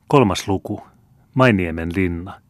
3. luku. Mainiemen linna.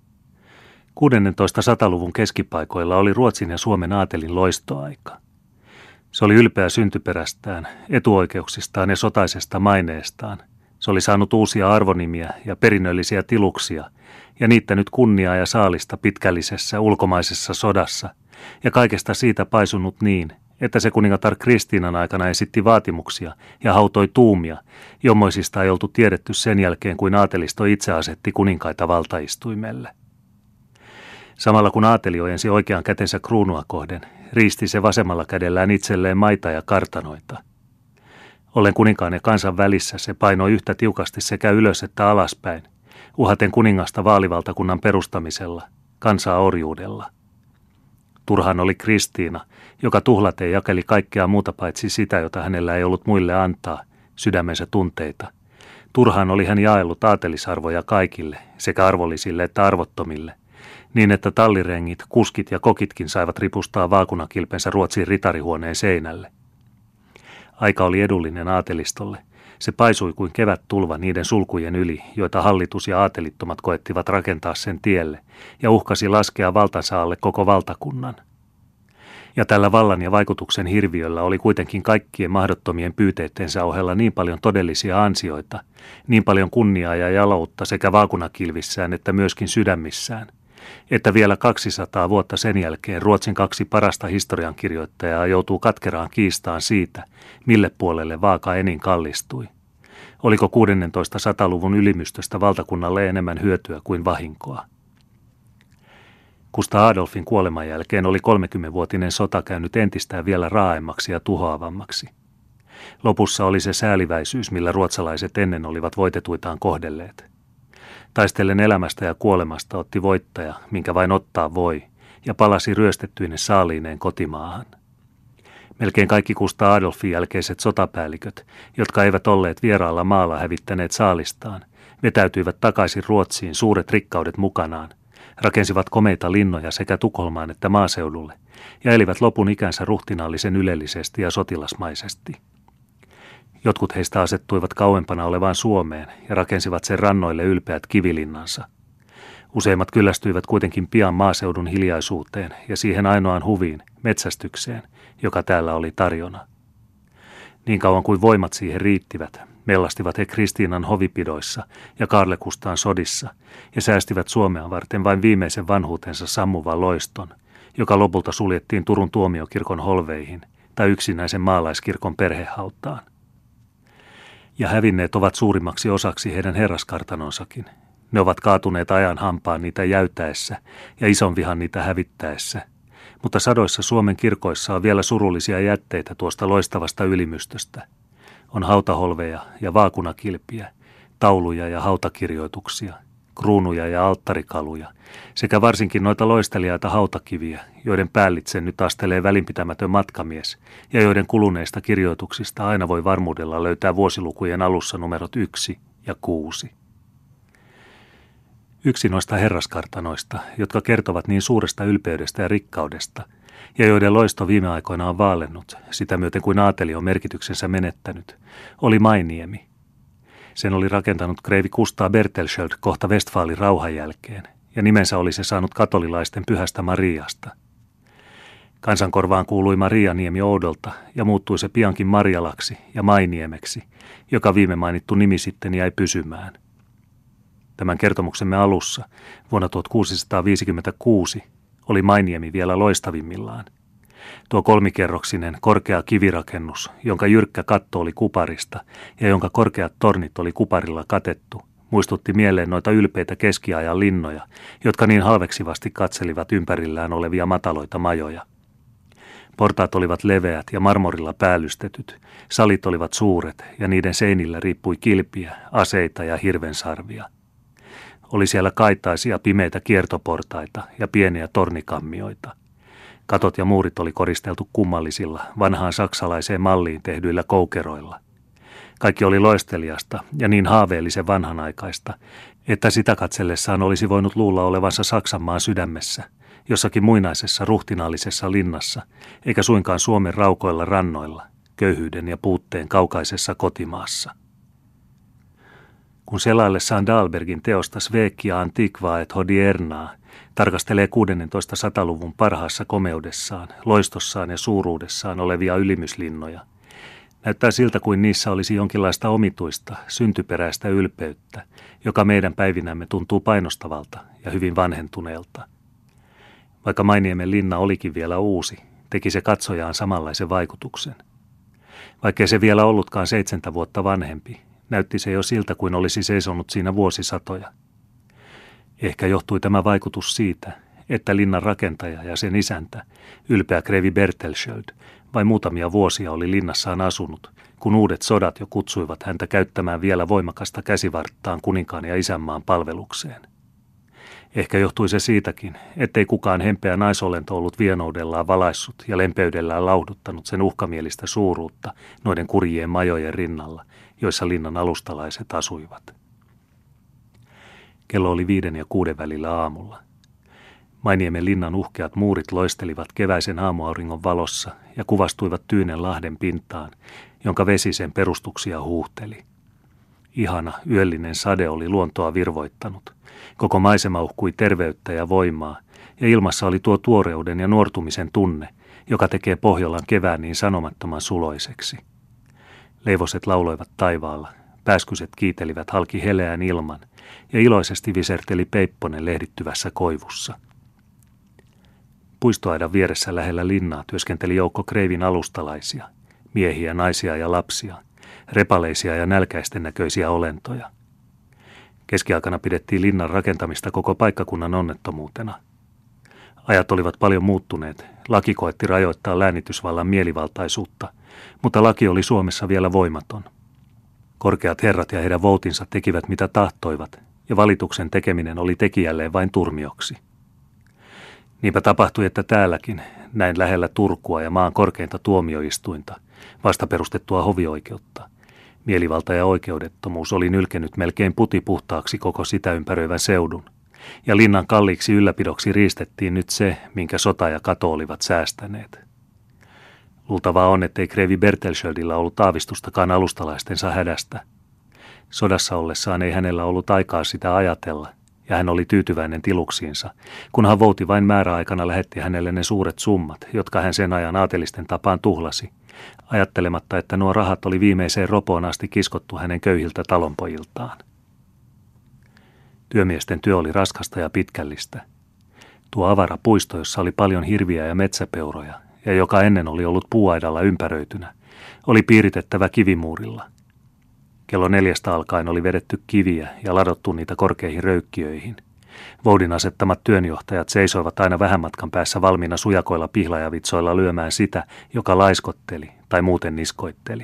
16. sataluvun keskipaikoilla oli Ruotsin ja Suomen aatelin loistoaika. Se oli ylpeä syntyperästään, etuoikeuksistaan ja sotaisesta maineestaan. Se oli saanut uusia arvonimiä ja perinnöllisiä tiluksia ja niittänyt kunniaa ja saalista pitkällisessä ulkomaisessa sodassa ja kaikesta siitä paisunut niin, että se kuningatar Kristiinan aikana esitti vaatimuksia ja hautoi tuumia, jommoisista ei oltu tiedetty sen jälkeen, kuin aatelisto itse asetti kuninkaita valtaistuimelle. Samalla kun aateli ojensi oikean kätensä kruunua kohden, riisti se vasemmalla kädellään itselleen maita ja kartanoita. Ollen kuninkaan ja kansan välissä se painoi yhtä tiukasti sekä ylös että alaspäin, uhaten kuningasta vaalivaltakunnan perustamisella, kansaa orjuudella. Turhaan oli Kristiina, joka tuhlaten jakeli kaikkea muuta paitsi sitä, jota hänellä ei ollut muille antaa, sydämensä tunteita. Turhaan oli hän jaellut aatelisarvoja kaikille, sekä arvollisille että arvottomille, niin että tallirengit, kuskit ja kokitkin saivat ripustaa vaakunakilpensä Ruotsin ritarihuoneen seinälle. Aika oli edullinen aatelistolle. Se paisui kuin kevättulva niiden sulkujen yli, joita hallitus ja aatelittomat koettivat rakentaa sen tielle, ja uhkasi laskea valtansa alle koko valtakunnan. Ja tällä vallan ja vaikutuksen hirviöllä oli kuitenkin kaikkien mahdottomien pyyteittensä ohella niin paljon todellisia ansioita, niin paljon kunniaa ja jaloutta sekä vaakunakilvissään että myöskin sydämissään, että vielä 200 vuotta sen jälkeen Ruotsin 2 parasta historiankirjoittajaa joutuu katkeraan kiistaan siitä, mille puolelle vaaka enin kallistui. Oliko 16. sataluvun ylimystöstä valtakunnalle enemmän hyötyä kuin vahinkoa? Kustaa Adolfin kuoleman jälkeen oli 30-vuotinen sota käynyt entistään vielä raaemmaksi ja tuhoavammaksi. Lopussa oli se sääliväisyys, millä ruotsalaiset ennen olivat voitetuitaan kohdelleet. Taistellen elämästä ja kuolemasta otti voittaja, minkä vain ottaa voi, ja palasi ryöstettyinen saaliineen kotimaahan. Melkein kaikki Kustaa Adolfin jälkeiset sotapäälliköt, jotka eivät olleet vieraalla maalla hävittäneet saalistaan, vetäytyivät takaisin Ruotsiin suuret rikkaudet mukanaan, rakensivat komeita linnoja sekä Tukholmaan että maaseudulle ja elivät lopun ikänsä ruhtinaallisen ylellisesti ja sotilasmaisesti. Jotkut heistä asettuivat kauempana olevaan Suomeen ja rakensivat sen rannoille ylpeät kivilinnansa. Useimmat kyllästyivät kuitenkin pian maaseudun hiljaisuuteen ja siihen ainoaan huviin, metsästykseen, joka täällä oli tarjona. Niin kauan kuin voimat siihen riittivät, mellastivat he Kristiinan hovipidoissa ja Kaarlekustaan sodissa ja säästivät Suomea varten vain viimeisen vanhuutensa sammuvan loiston, joka lopulta suljettiin Turun tuomiokirkon holveihin tai yksinäisen maalaiskirkon perhehautaan. Ja hävinneet ovat suurimmaksi osaksi heidän herraskartanonsakin. Ne ovat kaatuneet ajan hampaan niitä jäytäessä ja ison vihan niitä hävittäessä. Mutta sadoissa Suomen kirkoissa on vielä surullisia jätteitä tuosta loistavasta ylimystöstä. On hautaholveja ja vaakunakilpiä, tauluja ja hautakirjoituksia, kruunuja ja alttarikaluja, sekä varsinkin noita loisteliaita hautakiviä, joiden päällitse nyt astelee välinpitämätön matkamies ja joiden kuluneista kirjoituksista aina voi varmuudella löytää vuosilukujen alussa numerot 1 ja 6. Yksi noista herraskartanoista, jotka kertovat niin suuresta ylpeydestä ja rikkaudesta, ja joiden loisto viime aikoina on vaallennut, sitä myöten kuin aateli on merkityksensä menettänyt, oli Mainiemi. Sen oli rakentanut kreivi Kustaa Bertelschöld kohta Westfaalin rauhan jälkeen, ja nimensä oli se saanut katolilaisten pyhästä Mariasta. Kansankorvaan kuului Marianiemi oudolta, ja muuttui se piankin Marjalaksi ja Mainiemeksi, joka viime mainittu nimi sitten jäi pysymään. Tämän kertomuksemme alussa, vuonna 1656, oli Mainiemi vielä loistavimmillaan. Tuo kolmikerroksinen, korkea kivirakennus, jonka jyrkkä katto oli kuparista ja jonka korkeat tornit oli kuparilla katettu, muistutti mieleen noita ylpeitä keskiajan linnoja, jotka niin halveksivasti katselivat ympärillään olevia mataloita majoja. Portaat olivat leveät ja marmorilla päällystetyt, salit olivat suuret ja niiden seinillä riippui kilpiä, aseita ja hirvensarvia. Oli siellä kaitaisia pimeitä kiertoportaita ja pieniä tornikammioita. Katot ja muurit oli koristeltu kummallisilla, vanhaan saksalaiseen malliin tehdyillä koukeroilla. Kaikki oli loisteliasta ja niin haaveellisen vanhanaikaista, että sitä katsellessaan olisi voinut luulla olevansa Saksanmaan sydämessä, jossakin muinaisessa ruhtinaallisessa linnassa, eikä suinkaan Suomen raukoilla rannoilla, köyhyyden ja puutteen kaukaisessa kotimaassa. Kun selaillessaan Dahlbergin teosta Svekia Antiqua et Hodiernaa tarkastelee 16. sataluvun parhaassa komeudessaan, loistossaan ja suuruudessaan olevia ylimyslinnoja, näyttää siltä kuin niissä olisi jonkinlaista omituista, syntyperäistä ylpeyttä, joka meidän päivinämme tuntuu painostavalta ja hyvin vanhentuneelta. Vaikka Mainiemen linna olikin vielä uusi, teki se katsojaan samanlaisen vaikutuksen. Vaikkei se vielä ollutkaan 7 vuotta vanhempi, näytti se jo siltä kuin olisi seisonut siinä vuosisatoja. Ehkä johtui tämä vaikutus siitä, että linnan rakentaja ja sen isäntä, ylpeä Krevi Bertelschöld, vain muutamia vuosia oli linnassaan asunut, kun uudet sodat jo kutsuivat häntä käyttämään vielä voimakasta käsivarttaan kuninkaan ja isänmaan palvelukseen. Ehkä johtui se siitäkin, ettei kukaan hempeä naisolento ollut vienoudellaan valaissut ja lempeydellään lauhduttanut sen uhkamielistä suuruutta noiden kurjien majojen rinnalla, joissa linnan alustalaiset asuivat. Kello oli 5 ja 6 välillä aamulla. Mainiemen linnan uhkeat muurit loistelivat keväisen aamuauringon valossa ja kuvastuivat Tyynen lahden pintaan, jonka vesi sen perustuksia huuhteli. Ihana yöllinen sade oli luontoa virvoittanut. Koko maisema uhkui terveyttä ja voimaa, ja ilmassa oli tuo tuoreuden ja nuortumisen tunne, joka tekee Pohjolan kevään niin sanomattoman suloiseksi. Leivoset lauloivat taivaalla, pääskyset kiitelivät halki heleään ilman, ja iloisesti viserteli peipponen lehdittyvässä koivussa. Puistoaidan vieressä lähellä linnaa työskenteli joukko Kreivin alustalaisia, miehiä, naisia ja lapsia, repaleisia ja nälkäisten näköisiä olentoja. Keskiaikana pidettiin linnan rakentamista koko paikkakunnan onnettomuutena. Ajat olivat paljon muuttuneet. Laki koetti rajoittaa läänitysvallan mielivaltaisuutta, mutta laki oli Suomessa vielä voimaton. Korkeat herrat ja heidän voutinsa tekivät mitä tahtoivat, ja valituksen tekeminen oli tekijälleen vain turmioksi. Niinpä tapahtui, että täälläkin, näin lähellä Turkua ja maan korkeinta tuomioistuinta, vasta perustettua hovioikeutta, mielivalta ja oikeudettomuus oli nylkenyt melkein putipuhtaaksi koko sitä ympäröivän seudun, ja linnan kalliiksi ylläpidoksi riistettiin nyt se, minkä sota ja kato olivat säästäneet. Luultavaa on, ettei Krevi Bertelschöldillä ollut aavistustakaan alustalaistensa hädästä. Sodassa ollessaan ei hänellä ollut aikaa sitä ajatella, ja hän oli tyytyväinen tiluksiinsa, kunhan vouti vain määräaikana lähetti hänelle ne suuret summat, jotka hän sen ajan aatelisten tapaan tuhlasi, ajattelematta, että nuo rahat oli viimeiseen ropoon asti kiskottu hänen köyhiltä talonpojiltaan. Työmiesten työ oli raskasta ja pitkällistä. Tuo avara puisto, jossa oli paljon hirviä ja metsäpeuroja, ja joka ennen oli ollut puuaidalla ympäröitynä, oli piiritettävä kivimuurilla. Kello 4 alkaen oli vedetty kiviä ja ladottu niitä korkeihin röykkiöihin. Voudin asettamat työnjohtajat seisoivat aina vähän matkan päässä valmiina sujakoilla pihlajavitsoilla lyömään sitä, joka laiskotteli tai muuten niskoitteli.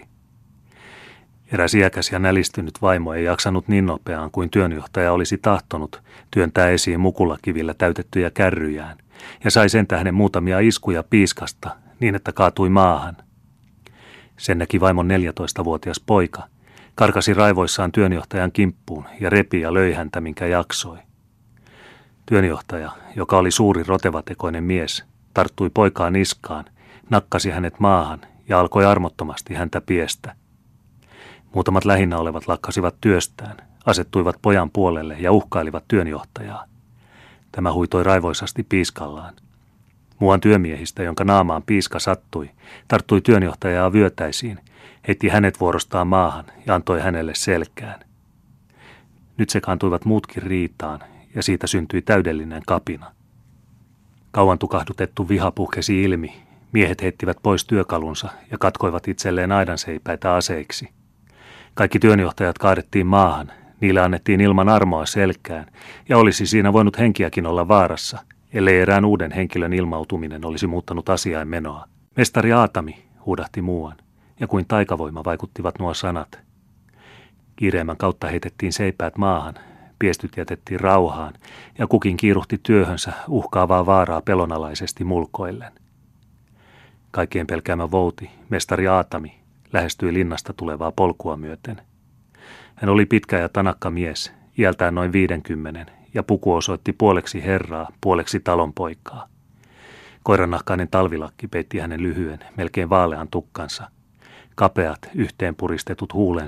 Eräs iäkäs ja nälistynyt vaimo ei jaksanut niin nopeaan kuin työnjohtaja olisi tahtonut työntää esiin mukulakivillä täytettyjä kärryjään ja sai sen tähden muutamia iskuja piiskasta niin, että kaatui maahan. Sen näki vaimon 14-vuotias poika, karkasi raivoissaan työnjohtajan kimppuun ja repi ja löi häntä, minkä jaksoi. Työnjohtaja, joka oli suuri rotevatekoinen mies, tarttui poikaan niskaan, nakkasi hänet maahan ja alkoi armottomasti häntä piestä. Muutamat lähinnä olevat lakkasivat työstään, asettuivat pojan puolelle ja uhkailivat työnjohtajaa. Tämä huitoi raivoisasti piiskallaan. Muuan työmiehistä, jonka naamaan piiska sattui, tarttui työnjohtajaa vyötäisiin, heitti hänet vuorostaan maahan ja antoi hänelle selkään. Nyt sekaantuivat muutkin riitaan ja siitä syntyi täydellinen kapina. Kauan tukahdutettu viha puhkesi ilmi, miehet heittivät pois työkalunsa ja katkoivat itselleen aidanseipäitä aseiksi. Kaikki työnjohtajat kaadettiin maahan, niille annettiin ilman armoa selkään ja olisi siinä voinut henkiäkin olla vaarassa, ellei erään uuden henkilön ilmautuminen olisi muuttanut asiain menoa. Mestari Aatami, huudahti muuan, ja kuin taikavoima vaikuttivat nuo sanat. Kiireemmän kautta heitettiin seipäät maahan, piestyt jätettiin rauhaan ja kukin kiiruhti työhönsä uhkaavaa vaaraa pelonalaisesti mulkoillen. Kaikkien pelkäämä vouti, mestari Aatami, lähestyi linnasta tulevaa polkua myöten. Hän oli pitkä ja tanakka mies, iältään noin 50, ja puku osoitti puoleksi herraa, puoleksi talonpoikaa. Koirannahkainen talvilakki peitti hänen lyhyen, melkein vaalean tukkansa. Kapeat, yhteen puristetut huulensa,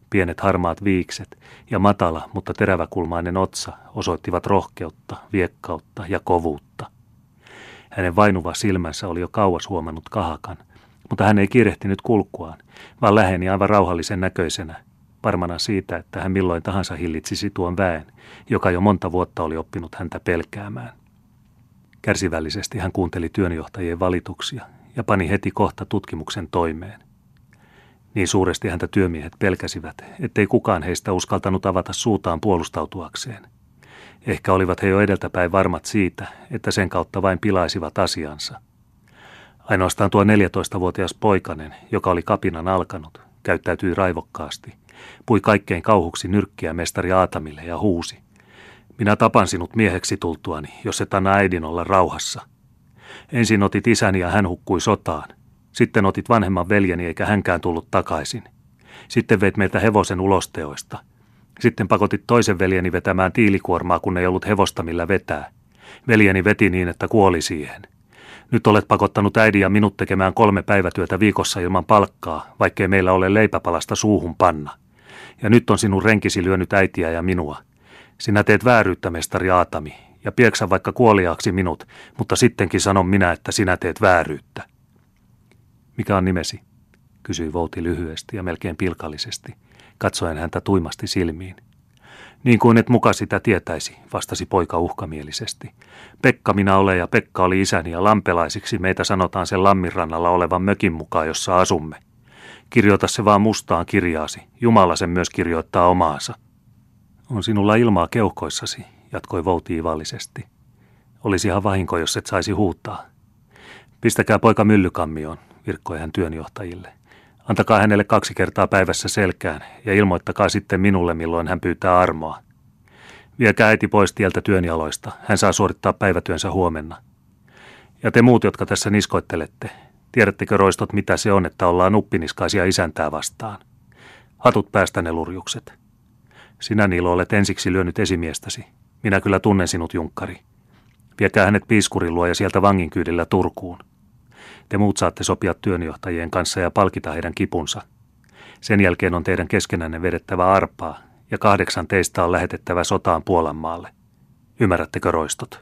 Pienet harmaat viikset ja matala, mutta teräväkulmainen otsa osoittivat rohkeutta, viekkautta ja kovuutta. Hänen vainuva silmänsä oli jo kauas huomannut kahakan, mutta hän ei kiirehtinyt kulkuaan, vaan läheni aivan rauhallisen näköisenä, varmana siitä, että hän milloin tahansa hillitsisi tuon väen, joka jo monta vuotta oli oppinut häntä pelkäämään. Kärsivällisesti hän kuunteli työnjohtajien valituksia ja pani heti kohta tutkimuksen toimeen. Niin suuresti häntä työmiehet pelkäsivät, ettei kukaan heistä uskaltanut avata suutaan puolustautuakseen. Ehkä olivat he jo edeltäpäin varmat siitä, että sen kautta vain pilaisivat asiansa. Ainoastaan tuo 14-vuotias poikanen, joka oli kapinan alkanut, käyttäytyi raivokkaasti, pui kaikkein kauhuksi nyrkkiä mestari Aatamille ja huusi: "Minä tapan sinut mieheksi tultuani, jos et anna äidin olla rauhassa. Ensin otit isäni ja hän hukkui sotaan. Sitten otit vanhemman veljeni eikä hänkään tullut takaisin. Sitten veit meiltä hevosen ulosteoista. Sitten pakotit toisen veljeni vetämään tiilikuormaa, kun ei ollut hevosta millä vetää. Veljeni veti niin, että kuoli siihen. Nyt olet pakottanut äidin ja minut tekemään 3 päivätyötä viikossa ilman palkkaa, vaikkei meillä ole leipäpalasta suuhun panna. Ja nyt on sinun renkisi lyönyt äitiä ja minua. Sinä teet vääryyttä, mestari Aatami, ja pieksä vaikka kuoliaaksi minut, mutta sittenkin sanon minä, että sinä teet vääryyttä." "Mikä on nimesi?" kysyi Vouti lyhyesti ja melkein pilkallisesti, katsoen häntä tuimasti silmiin. "Niin kuin et muka sitä tietäisi", vastasi poika uhkamielisesti. "Pekka minä olen ja Pekka oli isäni ja lampelaisiksi meitä sanotaan sen lamminrannalla olevan mökin mukaan, jossa asumme. Kirjoita se vaan mustaan kirjaasi, Jumala sen myös kirjoittaa omaansa." "On sinulla ilmaa keuhkoissasi", jatkoi Vouti ivallisesti. "Olisi ihan vahinko, jos et saisi huutaa." "Pistäkää poika myllykammioon", virkkoi hän työnjohtajille. "Antakaa hänelle 2 kertaa päivässä selkään ja ilmoittakaa sitten minulle, milloin hän pyytää armoa. Viekää äiti pois tieltä työnjaloista, hän saa suorittaa päivätyönsä huomenna. Ja te muut, jotka tässä niskoittelette, tiedättekö roistot, mitä se on, että ollaan uppiniskaisia isäntää vastaan? Hatut päästä ne lurjukset. Sinä, Niilo, olet ensiksi lyönyt esimiestäsi. Minä kyllä tunnen sinut, junkkari. Viekää hänet piiskurin luo ja sieltä vanginkyydillä Turkuun. Te muut saatte sopia työnjohtajien kanssa ja palkita heidän kipunsa. Sen jälkeen on teidän keskenänne vedettävä arpaa ja 8 teistä on lähetettävä sotaan Puolanmaalle. Ymmärrättekö roistot?"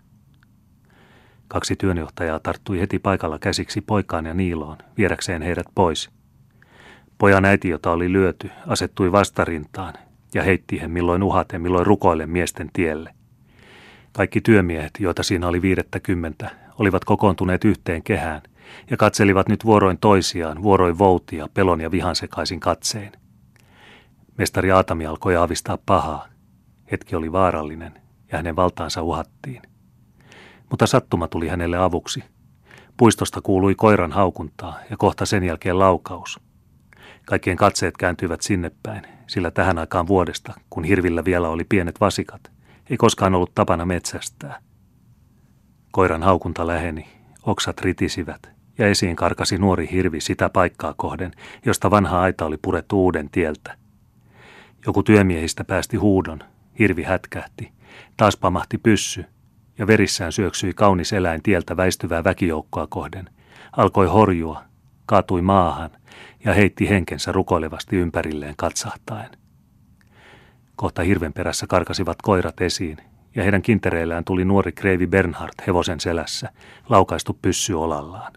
2 työnjohtajaa tarttui heti paikalla käsiksi poikaan ja Niiloon, viedäkseen heidät pois. Pojan äiti, jota oli lyöty, asettui vastarintaan ja heitti he milloin uhaten, milloin rukoillen miesten tielle. Kaikki työmiehet, joita siinä oli 50, olivat kokoontuneet yhteen kehään ja katselivat nyt vuoroin toisiaan, vuoroin Voutia, pelon ja vihan sekaisin katsein. Mestari Aatami alkoi aavistaa pahaa. Hetki oli vaarallinen ja hänen valtaansa uhattiin. Mutta sattuma tuli hänelle avuksi. Puistosta kuului koiran haukuntaa ja kohta sen jälkeen laukaus. Kaikkien katseet kääntyivät sinne päin, sillä tähän aikaan vuodesta, kun hirvillä vielä oli pienet vasikat, ei koskaan ollut tapana metsästää. Koiran haukunta läheni, oksat ritisivät ja esiin karkasi nuori hirvi sitä paikkaa kohden, josta vanha aita oli purettu uuden tieltä. Joku työmiehistä päästi huudon, hirvi hätkähti, taas pamahti pyssy ja verissään syöksyi kaunis eläin tieltä väistyvää väkijoukkoa kohden, alkoi horjua, kaatui maahan ja heitti henkensä rukoilevasti ympärilleen katsahtaen. Kohta hirven perässä karkasivat koirat esiin ja heidän kintereillään tuli nuori kreivi Bernhard hevosen selässä, laukaistu pyssy olallaan.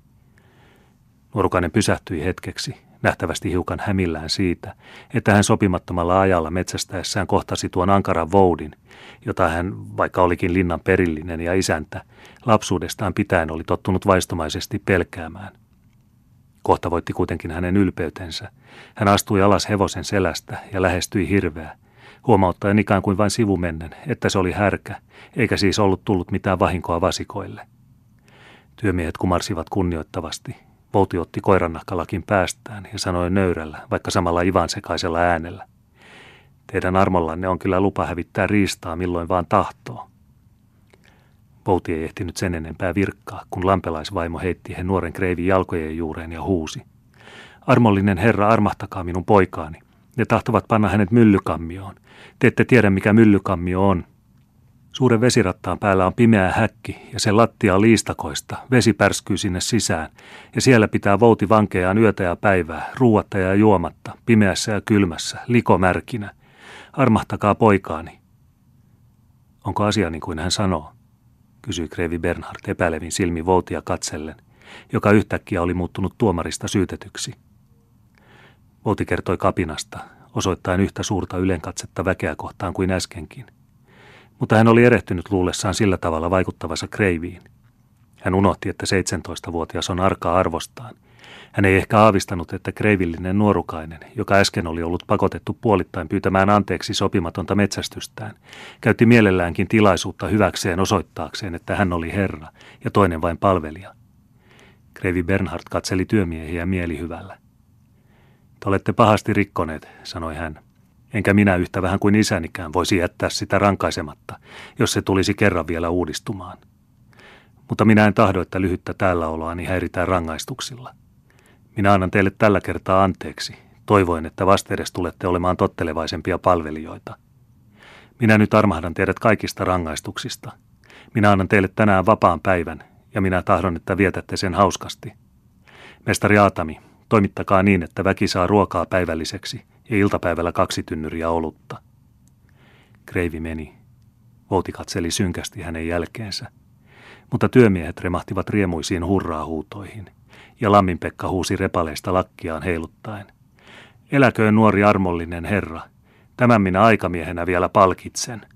Nuorukainen pysähtyi hetkeksi, nähtävästi hiukan hämillään siitä, että hän sopimattomalla ajalla metsästäessään kohtasi tuon ankaran voudin, jota hän, vaikka olikin linnan perillinen ja isäntä, lapsuudestaan pitäen oli tottunut vaistomaisesti pelkäämään. Kohta voitti kuitenkin hänen ylpeytensä. Hän astui alas hevosen selästä ja lähestyi hirveä, huomauttaen ikään kuin vain sivumennen, että se oli härkä, eikä siis ollut tullut mitään vahinkoa vasikoille. Työmiehet kumarsivat kunnioittavasti. Vouti otti koirannahkalakin päästään ja sanoi nöyrällä, vaikka samalla ivan sekaisella äänellä: "Teidän armollanne on kyllä lupa hävittää riistaa milloin vaan tahtoo." Vouti ei ehtinyt sen enempää virkkaa, kun lampelaisvaimo heitti he nuoren kreivin jalkojen juureen ja huusi: "Armollinen herra, armahtakaa minun poikaani. Ne tahtovat panna hänet myllykammioon. Te ette tiedä, mikä myllykammio on." Suuren vesirattaan päällä on pimeä häkki ja sen lattia on liistakoista. Vesi pärskyy sinne sisään ja siellä pitää vouti vankejaan yötä ja päivää, ruuatta ja juomatta, pimeässä ja kylmässä, likomärkinä. Armahtakaa poikaani. Onko asia niin kuin hän sanoo? Kysyi kreivi Bernhard epäilevin silmin voutia katsellen, joka yhtäkkiä oli muuttunut tuomarista syytetyksi. Vouti kertoi kapinasta, osoittaen yhtä suurta ylenkatsetta väkeä kohtaan kuin äskenkin. Mutta hän oli erehtynyt luullessaan sillä tavalla vaikuttavansa kreiviin. Hän unohti, että 17-vuotias on arkaa arvostaan. Hän ei ehkä aavistanut, että kreivillinen nuorukainen, joka äsken oli ollut pakotettu puolittain pyytämään anteeksi sopimatonta metsästystään, käytti mielelläänkin tilaisuutta hyväkseen osoittaakseen, että hän oli herra ja toinen vain palvelija. Kreivi Bernhard katseli työmiehiä mielihyvällä. Te olette pahasti rikkoneet, sanoi hän. Enkä minä yhtä vähän kuin isänikään voisi jättää sitä rankaisematta, jos se tulisi kerran vielä uudistumaan. Mutta minä en tahdo, että lyhyttä täälläoloani häiritään rangaistuksilla. Minä annan teille tällä kertaa anteeksi, toivoen, että vastedes tulette olemaan tottelevaisempia palvelijoita. Minä nyt armahdan teidät kaikista rangaistuksista. Minä annan teille tänään vapaan päivän, ja minä tahdon, että vietätte sen hauskasti. Mestari Aatami, toimittakaa niin, että väki saa ruokaa päivälliseksi ja iltapäivällä 2 tynnyriä olutta. Kreivi meni. Vouti katseli synkästi hänen jälkeensä. Mutta työmiehet remahtivat riemuisiin hurraa-huutoihin, ja Lammin-Pekka huusi repaleista lakkiaan heiluttaen. Eläköön nuori armollinen herra, tämän minä aikamiehenä vielä palkitsen.